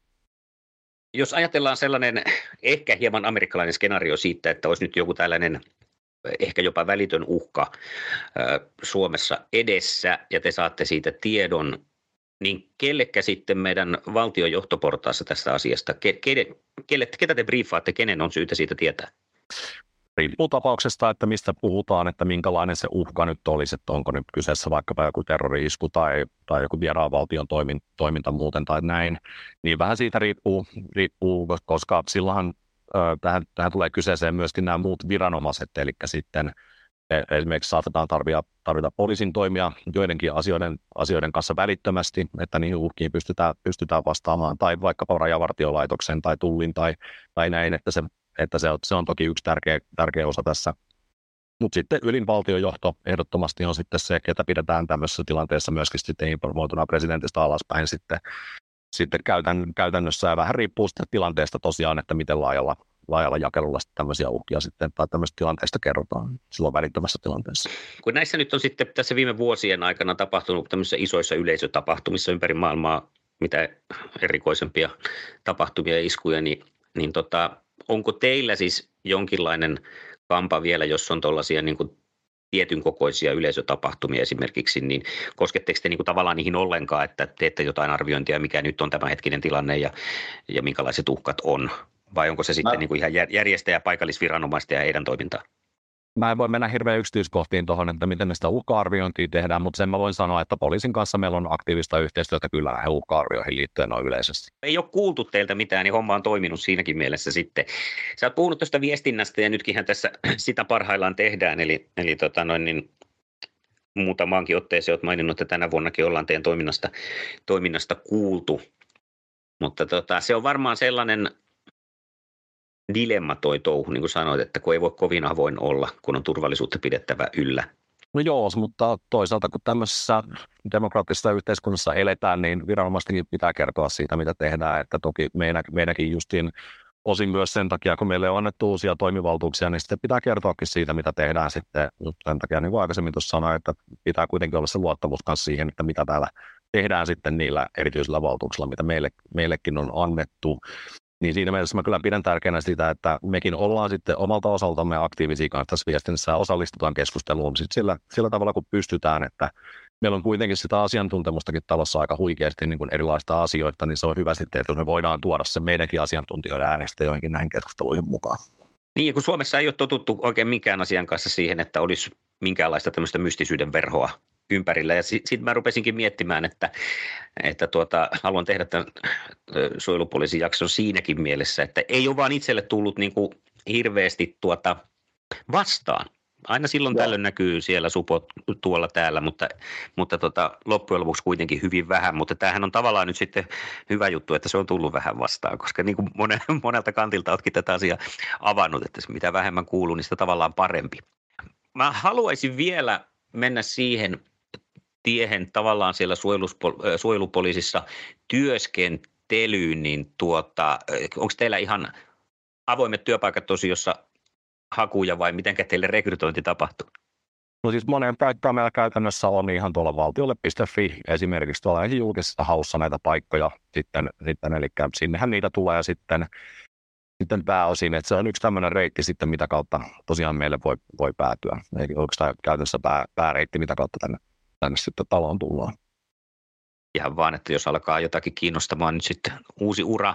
Jos ajatellaan sellainen ehkä hieman amerikkalainen skenaario siitä, että olisi nyt joku tällainen ehkä jopa välitön uhka Suomessa edessä, ja te saatte siitä tiedon, niin kellekä sitten meidän valtion johtoportaassa tästä asiasta, ketä te briefaatte, kenen on syytä siitä tietää? Riippuu tapauksesta, että mistä puhutaan, että minkälainen se uhka nyt olisi, että onko nyt kyseessä vaikkapa joku terrori-isku tai joku vieraan valtion toiminta muuten tai näin, niin vähän siitä riippuu koska silloinhan tähän tulee kyseeseen myöskin nämä muut viranomaiset, eli sitten esimerkiksi saatetaan tarvita poliisin toimia joidenkin asioiden kanssa välittömästi, että niihin uhkiin pystytään vastaamaan, tai vaikkapa Rajavartiolaitoksen tai Tullin tai näin, että se on toki yksi tärkeä osa tässä. Mutta sitten ylin valtiojohto ehdottomasti on sitten se, ketä pidetään tämmöisessä tilanteessa myöskin sitten informoituna presidentistä alaspäin sitten käytännössä, ja vähän riippuu sitten tilanteesta tosiaan, että miten laajalla jakelulla tämmöisiä uhkia sitten tai tämmöistä tilanteesta kerrotaan silloin välittömässä tilanteessa. Kun näissä nyt on sitten tässä viime vuosien aikana tapahtunut tämmöisissä isoissa yleisötapahtumissa ympäri maailmaa, mitä erikoisempia tapahtumia ja iskuja, niin onko teillä siis jonkinlainen kampa vielä, jos on tuollaisia niin kuin tietyn kokoisia yleisötapahtumia esimerkiksi, niin kosketteko te niin kuin tavallaan niihin ollenkaan, että teette jotain arviointia, mikä nyt on tämänhetkinen tilanne ja minkälaiset uhkat on? Vai onko se sitten niin kuin ihan järjestäjä, paikallisviranomaista ja heidän toimintaa? Mä en voi mennä hirveän yksityiskohtiin tuohon, että miten me sitä uhka-arviointia tehdään, mutta sen mä voin sanoa, että poliisin kanssa meillä on aktiivista yhteistyötä kyllä näihin uhka-arvioihin liittyen noin yleisesti. Ei ole kuultu teiltä mitään, niin homma on toiminut siinäkin mielessä sitten. Sä oot puhunut tuosta viestinnästä ja nytkinhän tässä sitä parhaillaan tehdään, eli muutamaankin otteeseen olet maininnut, että tänä vuonnakin ollaan teidän toiminnasta kuultu, mutta se on varmaan sellainen dilemma toi touhu, niin kuin sanoit, että kun ei voi kovin avoin olla, kun on turvallisuutta pidettävä yllä. No joo, mutta toisaalta kun tämmöisessä demokraattisessa yhteiskunnassa eletään, niin viranomaistenkin pitää kertoa siitä, mitä tehdään. Että toki meidänkin justiin osin myös sen takia, kun meille on annettu uusia toimivaltuuksia, niin sitten pitää kertoakin siitä, mitä tehdään sitten. Sen takia, niin kuin aikaisemmin tuossa sanoin, että pitää kuitenkin olla se luottamus kanssa siihen, että mitä täällä tehdään sitten niillä erityisillä valtuuksilla, mitä meillekin on annettu. Niin siinä mielessä mä kyllä pidän tärkeänä sitä, että mekin ollaan sitten omalta osaltamme aktiivisia kanssa tässä viestinnässä ja osallistutaan keskusteluun sitten sillä tavalla, kun pystytään, että meillä on kuitenkin sitä asiantuntemustakin talossa aika huikeasti niin kuin erilaista asioita, niin se on hyvä sitten, että me voidaan tuoda se meidänkin asiantuntijoiden äänestä joihinkin näihin keskusteluihin mukaan. Niin, ja kun Suomessa ei ole totuttu oikein minkään asian kanssa siihen, että olisi minkäänlaista tämmöistä mystisyyden verhoa ympärillä. Ja sitten mä rupesinkin miettimään, että haluan tehdä tämän suojelupoliisin jakson siinäkin mielessä, että ei ole vaan itselle tullut niin kuin hirveästi vastaan. Aina silloin tällöin näkyy siellä supot tuolla täällä, mutta loppujen lopuksi kuitenkin hyvin vähän. Mutta tämähän on tavallaan nyt sitten hyvä juttu, että se on tullut vähän vastaan, koska niin kuin monelta kantilta oletkin tätä asiaa avannut, että mitä vähemmän kuuluu, niin sitä tavallaan parempi. Mä haluaisin vielä mennä siihen tiehen tavallaan siellä suojelupoliisissa työskentelyyn, niin onko teillä ihan avoimet työpaikat tosiossa hakuja vai miten teille rekrytointi tapahtuu? No siis monen paikkaa meillä käytännössä on ihan tuolla valtiolle.fi esimerkiksi tuolla julkisessa haussa näitä paikkoja sitten eli sinnehän niitä tulee sitten pääosin, että se on yksi tämmöinen reitti sitten, mitä kautta tosiaan meille voi päätyä. Eli onko tämä käytännössä pääreitti, mitä kautta tänne sitten taloon tullaan. Ihan vaan, että jos alkaa jotakin kiinnostamaan nyt sitten uusi ura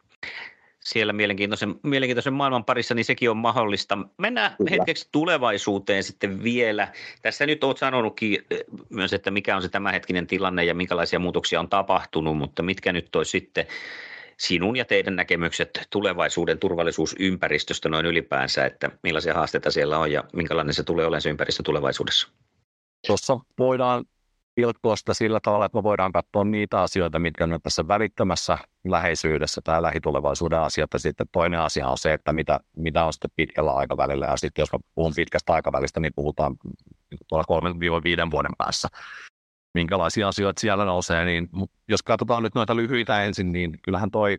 siellä mielenkiintoisen maailman parissa, niin sekin on mahdollista. Mennään hetkeksi tulevaisuuteen sitten vielä. Tässä nyt olet sanonutkin myös, että mikä on se tämänhetkinen tilanne ja minkälaisia muutoksia on tapahtunut, mutta mitkä nyt olisi sitten sinun ja teidän näkemykset tulevaisuuden turvallisuusympäristöstä noin ylipäänsä, että millaisia haasteita siellä on ja minkälainen se tulee olemaan se ympäristö tulevaisuudessa? Tuossa voidaan pilkkoa sitä sillä tavalla, että me voidaan katsoa niitä asioita, mitkä on tässä välittömässä läheisyydessä tai lähitulevaisuuden asiat. Ja sitten toinen asia on se, että mitä on sitten pitkällä aikavälillä. Ja sitten jos mä puhun pitkästä aikavälistä, niin puhutaan tuolla 3-5 vuoden päässä. Minkälaisia asioita siellä nousee. Niin, jos katsotaan nyt noita lyhyitä ensin, niin kyllähän toi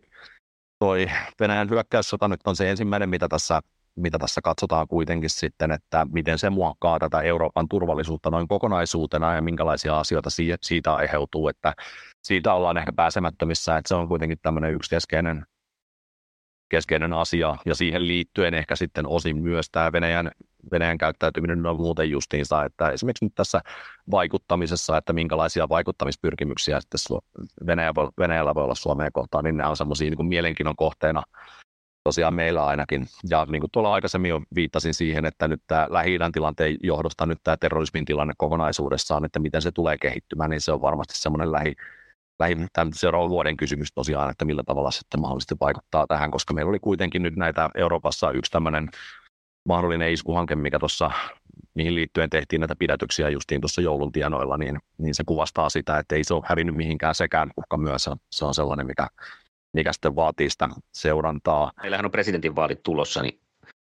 Venäjän hyökkäyssota nyt on se ensimmäinen, mitä tässä katsotaan kuitenkin sitten, että miten se muokkaa tätä Euroopan turvallisuutta noin kokonaisuutena ja minkälaisia asioita siitä aiheutuu, että siitä ollaan ehkä pääsemättömissä, että se on kuitenkin tämmöinen yksi keskeinen asia ja siihen liittyen ehkä sitten osin myös tämä Venäjän käyttäytyminen on muuten justiinsa, että esimerkiksi nyt tässä vaikuttamisessa, että minkälaisia vaikuttamispyrkimyksiä sitten Venäjällä voi olla Suomeen kohtaan, niin nämä on semmoisia niin kuin mielenkiinnon kohteena tosiaan meillä ainakin. Ja niin kuin tuolla aikaisemmin jo viittasin siihen, että nyt tämä Lähi-idän tilanteen johdosta nyt tämä terrorismin tilanne kokonaisuudessaan, että miten se tulee kehittymään, niin se on varmasti semmoinen tämän seuraavan vuoden kysymys tosiaan, että millä tavalla se sitten mahdollisesti vaikuttaa tähän, koska meillä oli kuitenkin nyt näitä Euroopassa yksi tämmöinen mahdollinen iskuhanke, mihin liittyen tehtiin näitä pidätyksiä justiin tuossa joulun tienoilla, niin se kuvastaa sitä, että ei se ole hävinnyt mihinkään sekään uhka myös. Se on sellainen, mikä sitten vaatii sitä seurantaa. Meillähän on presidentinvaalit tulossa, niin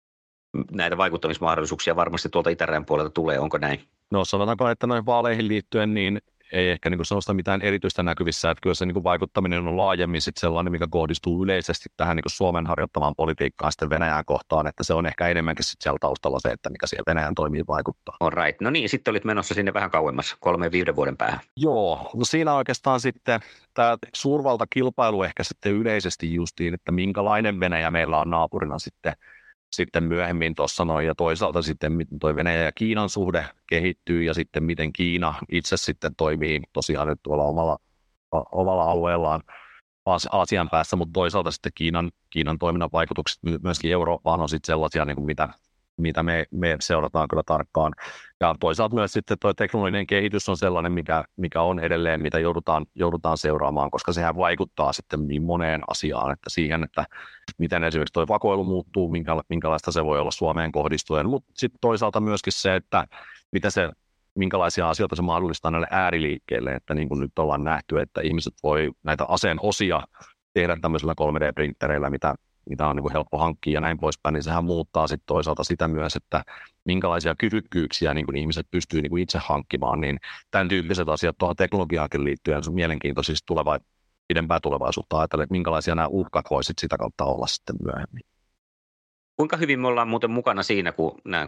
näitä vaikuttamismahdollisuuksia varmasti tuolta itärajan puolelta tulee, onko näin? No sanotaanko, että noihin vaaleihin liittyen, niin ei ehkä niin sellaista mitään erityistä näkyvissä, että kyllä se niin vaikuttaminen on laajemmin sit sellainen, mikä kohdistuu yleisesti tähän niin Suomen harjoittamaan politiikkaan sitten Venäjän kohtaan, että se on ehkä enemmänkin sit siellä taustalla se, että mikä siellä Venäjän toimii vaikuttaa. All right. No niin, sitten olit menossa sinne vähän kauemmas, 3-5 vuoden päähän. Joo, no siinä oikeastaan sitten tämä suurvaltakilpailu ehkä sitten yleisesti justiin, että minkälainen Venäjä meillä on naapurina sitten myöhemmin tuossa noin, ja toisaalta sitten miten tuo Venäjän ja Kiinan suhde kehittyy, ja sitten miten Kiina itse sitten toimii tosiaan nyt tuolla omalla alueellaan Aasian päässä, mutta toisaalta sitten Kiinan toiminnan vaikutukset myöskin Eurooppaan on sitten sellaisia, niin kuin mitä me seurataan kyllä tarkkaan. Ja toisaalta myös sitten tuo teknologinen kehitys on sellainen, mikä on edelleen, mitä joudutaan seuraamaan, koska sehän vaikuttaa sitten niin moneen asiaan, että siihen, että miten esimerkiksi tuo vakoilu muuttuu, minkälaista se voi olla Suomeen kohdistuen, mutta sitten toisaalta myöskin se, että minkälaisia asioita se mahdollistaa näille ääriliikkeille, että niin kuin nyt ollaan nähty, että ihmiset voi näitä aseen osia tehdä tämmöisillä 3D-printtereillä, mitä on niin kuin helppo hankkia ja näin poispäin, niin sehän muuttaa sitten toisaalta sitä myös, että minkälaisia kyvykkyyksiä niin kuin ihmiset pystyy niin kuin itse hankkimaan, niin tämän tyyppiset asiat tuohon teknologiaankin liittyen on mielenkiintoisesti pidempää tulevaisuutta ajatellen, että minkälaisia nämä uhkat voisit sitä kautta olla sitten myöhemmin. Kuinka hyvin me ollaan muuten mukana siinä, kun nämä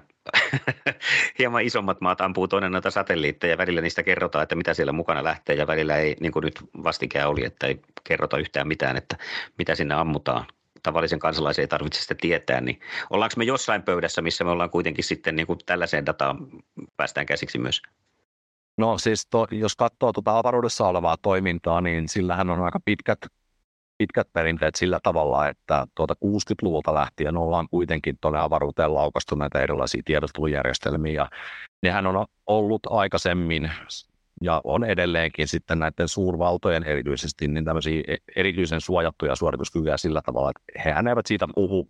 hieman isommat maat ampuu toinen noita satelliitteja ja välillä niistä kerrotaan, että mitä siellä mukana lähtee ja välillä ei, niin kuin nyt vastikään oli, että ei kerrota yhtään mitään, että mitä sinne ammutaan. Tavallisen kansalaisen ei tarvitse sitä tietää, niin ollaanko me jossain pöydässä, missä me ollaan kuitenkin sitten niin kuin tällaiseen dataan päästään käsiksi myös? No siis jos katsoo tuota avaruudessa olevaa toimintaa, niin sillähän on aika pitkät perinteet sillä tavalla, että 60-luvulta lähtien ollaan kuitenkin tuonne avaruuteen laukastu näitä erilaisia tiedustelujärjestelmiä, ja nehän on ollut aikaisemmin ja on edelleenkin sitten näiden suurvaltojen erityisesti niin tämmöisiä erityisen suojattuja suorituskykyjä sillä tavalla, että hehän eivät siitä puhu,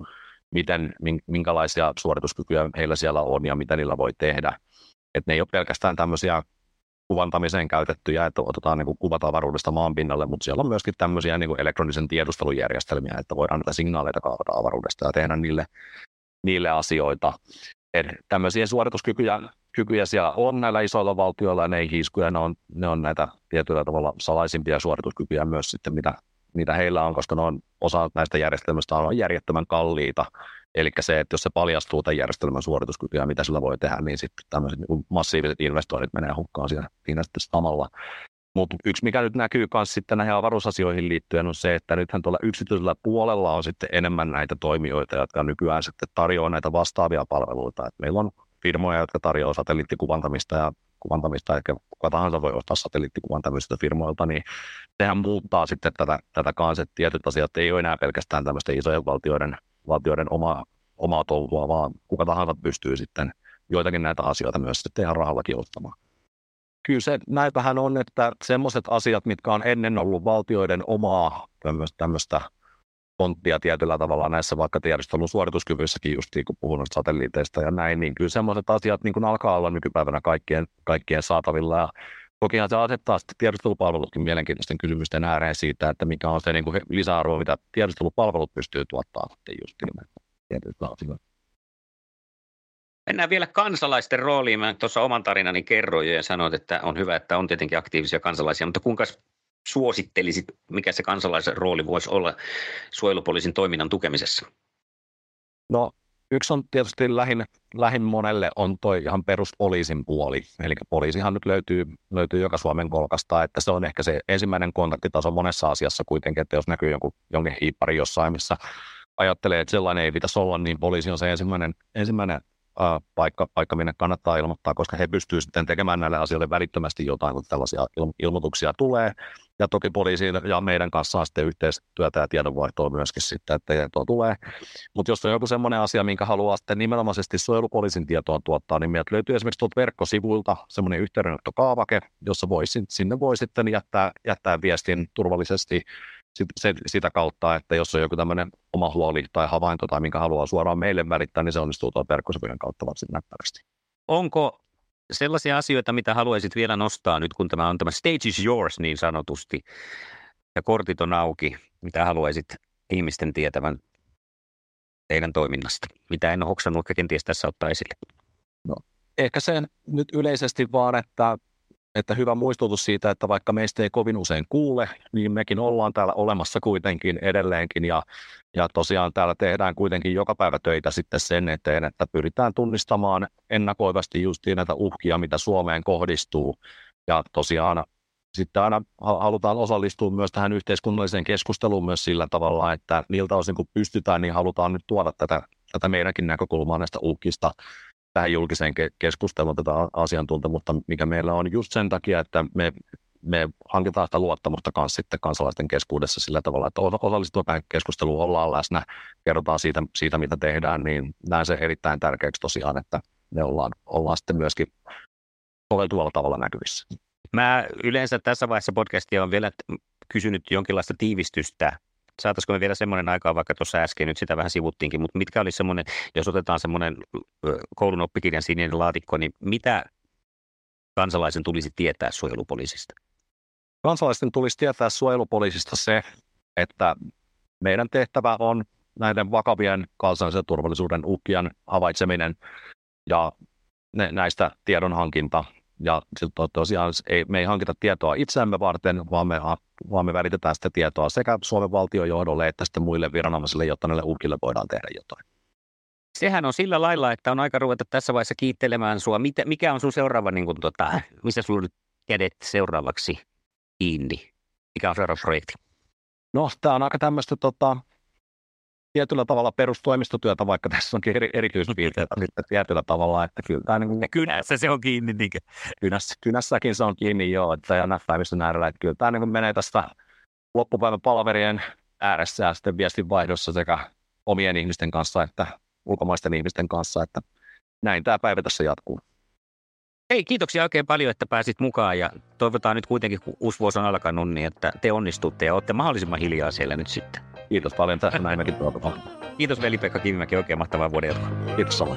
minkälaisia suorituskykyjä heillä siellä on ja mitä niillä voi tehdä. Että ne ei ole pelkästään tämmöisiä kuvantamiseen käytettyjä, että otetaan niin kuin kuvat avaruudesta maan pinnalle, mutta siellä on myöskin tämmöisiä niin kuin elektronisen tiedustelujärjestelmiä, että voidaan näitä signaaleita kaavata avaruudesta ja tehdä niille asioita. Tämmöisiä suorituskykyjä siellä on näillä isoilla valtioilla, ja ne ei hiiskuja, ne on näitä tietyllä tavalla salaisimpia suorituskykyjä myös sitten, mitä heillä on, koska osa näistä järjestelmistä on järjettömän kalliita. Eli se, että jos se paljastuu tämän järjestelmän suorituskykyä, mitä sillä voi tehdä, niin sitten tämmöiset niin massiiviset investoinnit menee hukkaan siinä sitten samalla. Mutta yksi, mikä nyt näkyy myös sitten näihin avaruusasioihin liittyen, on se, että nythän tuolla yksityisellä puolella on sitten enemmän näitä toimijoita, jotka nykyään sitten tarjoaa näitä vastaavia palveluita. Et meillä on firmoja, jotka tarjoaa satelliittikuvantamista, ehkä kuka tahansa voi ostaa satelliittikuvan tämmöisiltä firmoilta, niin sehän muuttaa sitten tätä kanssa, että tietyt asiat ei ole enää pelkästään tämmöisten isojen valtioiden omaa touhua, vaan kuka tahansa pystyy sitten joitakin näitä asioita myös sitten ihan rahallakin ottamaan. Kyllä se näitähän on, että semmoiset asiat, mitkä on ennen ollut valtioiden omaa tämmöistä konttia tietyllä tavalla näissä vaikka tiedustelun suorituskyvyissäkin justiin, kun puhun noista satelliiteista ja näin, niin kyllä semmoiset asiat niin kuin alkaa olla nykypäivänä kaikkien saatavilla. Ja tokihan se asettaa sitten tiedustelupalvelutkin mielenkiintoisten kysymysten ääreen siitä, että mikä on se niin kuin lisäarvo, mitä tiedustelupalvelut pystyy tuottamaan sitten justiin tietyillä asioilla. Mennään vielä kansalaisten rooliin. Mä tuossa oman tarinani kerroin ja sanoit, että on hyvä, että on tietenkin aktiivisia kansalaisia, mutta kuinka suosittelisit, mikä se kansalaisen rooli voisi olla suojelupoliisin toiminnan tukemisessa? No yksi on tietysti lähin monelle on toi ihan peruspoliisin puoli. Eli poliisihan nyt löytyy joka Suomen kolkasta, että se on ehkä se ensimmäinen kontaktitaso monessa asiassa kuitenkin, että jos näkyy jonkin hiippari jossain, missä ajattelee, että sellainen ei pitäisi olla, niin poliisi on se ensimmäinen paikka, minne kannattaa ilmoittaa, koska he pystyvät sitten tekemään näille asioille välittömästi jotain, kun tällaisia ilmoituksia tulee. Ja toki poliisiin ja meidän kanssa on sitten yhteistyötä ja tiedonvaihtoa myöskin sitten, että tietoa tulee. Mutta jos on joku semmoinen asia, minkä haluaa sitten nimenomaisesti suojelupoliisin tietoon tuottaa, niin meiltä löytyy esimerkiksi tuolta verkkosivuilta semmoinen yhteydenottokaavake, jossa sinne voi sitten jättää viestin turvallisesti sitä kautta, että jos on joku tämmöinen oma huoli tai havainto tai minkä haluaa suoraan meille välittää, niin se onnistuu tuon verkkosivujen kautta varsin näppärästi. Onko sellaisia asioita, mitä haluaisit vielä nostaa nyt, kun tämä stage is yours niin sanotusti, ja kortit on auki, mitä haluaisit ihmisten tietävän teidän toiminnasta? Mitä en ole hoksannut kenties tässä ottaa esille? No, ehkä sen nyt yleisesti vaan, että hyvä muistutus siitä, että vaikka meistä ei kovin usein kuule, niin mekin ollaan täällä olemassa kuitenkin edelleenkin ja tosiaan täällä tehdään kuitenkin joka päivä töitä sitten sen eteen, että pyritään tunnistamaan ennakoivasti justiin näitä uhkia, mitä Suomeen kohdistuu ja tosiaan sitten aina halutaan osallistua myös tähän yhteiskunnalliseen keskusteluun myös sillä tavalla, että niiltä osin kun pystytään, niin halutaan nyt tuoda tätä meidänkin näkökulmaa näistä uhkista tähän julkiseen keskusteluun tätä asiantuntemusta, mikä meillä on just sen takia, että me hankitaan sitä luottamusta kanssa sitten kansalaisten keskuudessa sillä tavalla, että osallistutaan keskusteluun, ollaan läsnä, kerrotaan siitä, mitä tehdään, niin näen se erittäin tärkeäksi tosiaan, että me ollaan sitten myöskin soveltuvalla tavalla näkyvissä. Mä yleensä tässä vaiheessa podcastia on vielä kysynyt jonkinlaista tiivistystä. Saataisiko me vielä semmoinen aikaa, vaikka tuossa äsken nyt sitä vähän sivuttiinkin, mutta mitkä olisi semmoinen, jos otetaan semmoinen koulun oppikirjan sininen laatikko, niin mitä kansalaisen tulisi tietää suojelupoliisista? Kansalaisten tulisi tietää suojelupoliisista se, että meidän tehtävä on näiden vakavien kansallisen turvallisuuden uhkien havaitseminen ja näistä tiedonhankinta. Ja tosiaan me ei hankita tietoa itseämme varten, vaan me välitetään sitä tietoa sekä Suomen valtiojohdolle että sitten muille viranomaisille, jotta näille uhkille voidaan tehdä jotain. Sehän on sillä lailla, että on aika ruveta tässä vaiheessa kiittelemään sua. Mikä on sun seuraava, missä sulla nyt kädet seuraavaksi kiinni? Mikä on seuraava projekti? No, tämä on aika tämmöistä tietyllä tavalla perustoimistotyötä, vaikka tässä onkin erityispiirteitä tietyllä tavalla, että kyllä tämä kynässä se on kiinni, niinkö? Kynässäkin se on kiinni, joo, että ja näppäimistön äärellä, että kyllä tämä menee tästä loppupäivän palaverien ääressä ja sitten viestinvaihdossa sekä omien ihmisten kanssa että ulkomaisten ihmisten kanssa, että näin tämä päivä tässä jatkuu. Hei, kiitoksia oikein paljon, että pääsit mukaan ja toivotaan nyt kuitenkin, kun uusi vuosi on alkanut, niin että te onnistutte ja olette mahdollisimman hiljaa siellä nyt sitten. Kiitos paljon, tässä näin mekin toivotaan. Kiitos Veli-Pekka Kivimäki, oikein mahtavaa vuoden jatkoa. Kiitos samoin.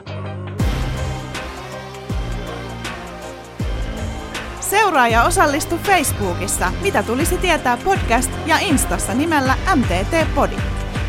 Seuraa ja osallistu Facebookissa, mitä tulisi tietää podcast ja Instassa nimellä MTT Podi.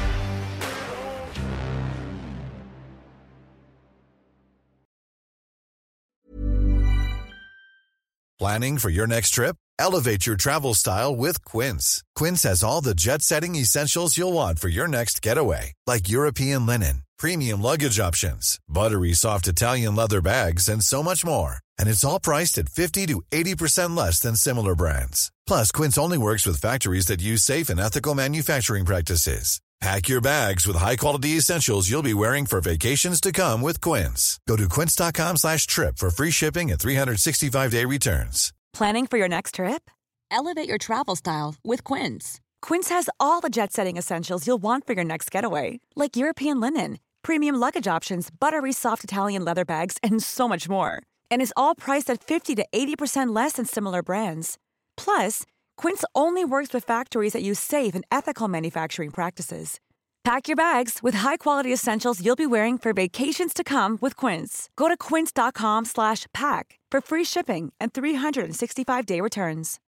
Planning for your next trip? Elevate your travel style with Quince. Quince has all the jet-setting essentials you'll want for your next getaway, like European linen, premium luggage options, buttery soft Italian leather bags, and so much more. And it's all priced at 50 to 80% less than similar brands. Plus, Quince only works with factories that use safe and ethical manufacturing practices. Pack your bags with high-quality essentials you'll be wearing for vacations to come with Quince. Go to quince.com/trip for free shipping and 365-day returns. Planning for your next trip? Elevate your travel style with Quince. Quince has all the jet-setting essentials you'll want for your next getaway, like European linen, premium luggage options, buttery soft Italian leather bags, and so much more. And is all priced at 50 to 80% less than similar brands. Plus, Quince only works with factories that use safe and ethical manufacturing practices. Pack your bags with high-quality essentials you'll be wearing for vacations to come with Quince. Go to quince.com/pack for free shipping and 365-day returns.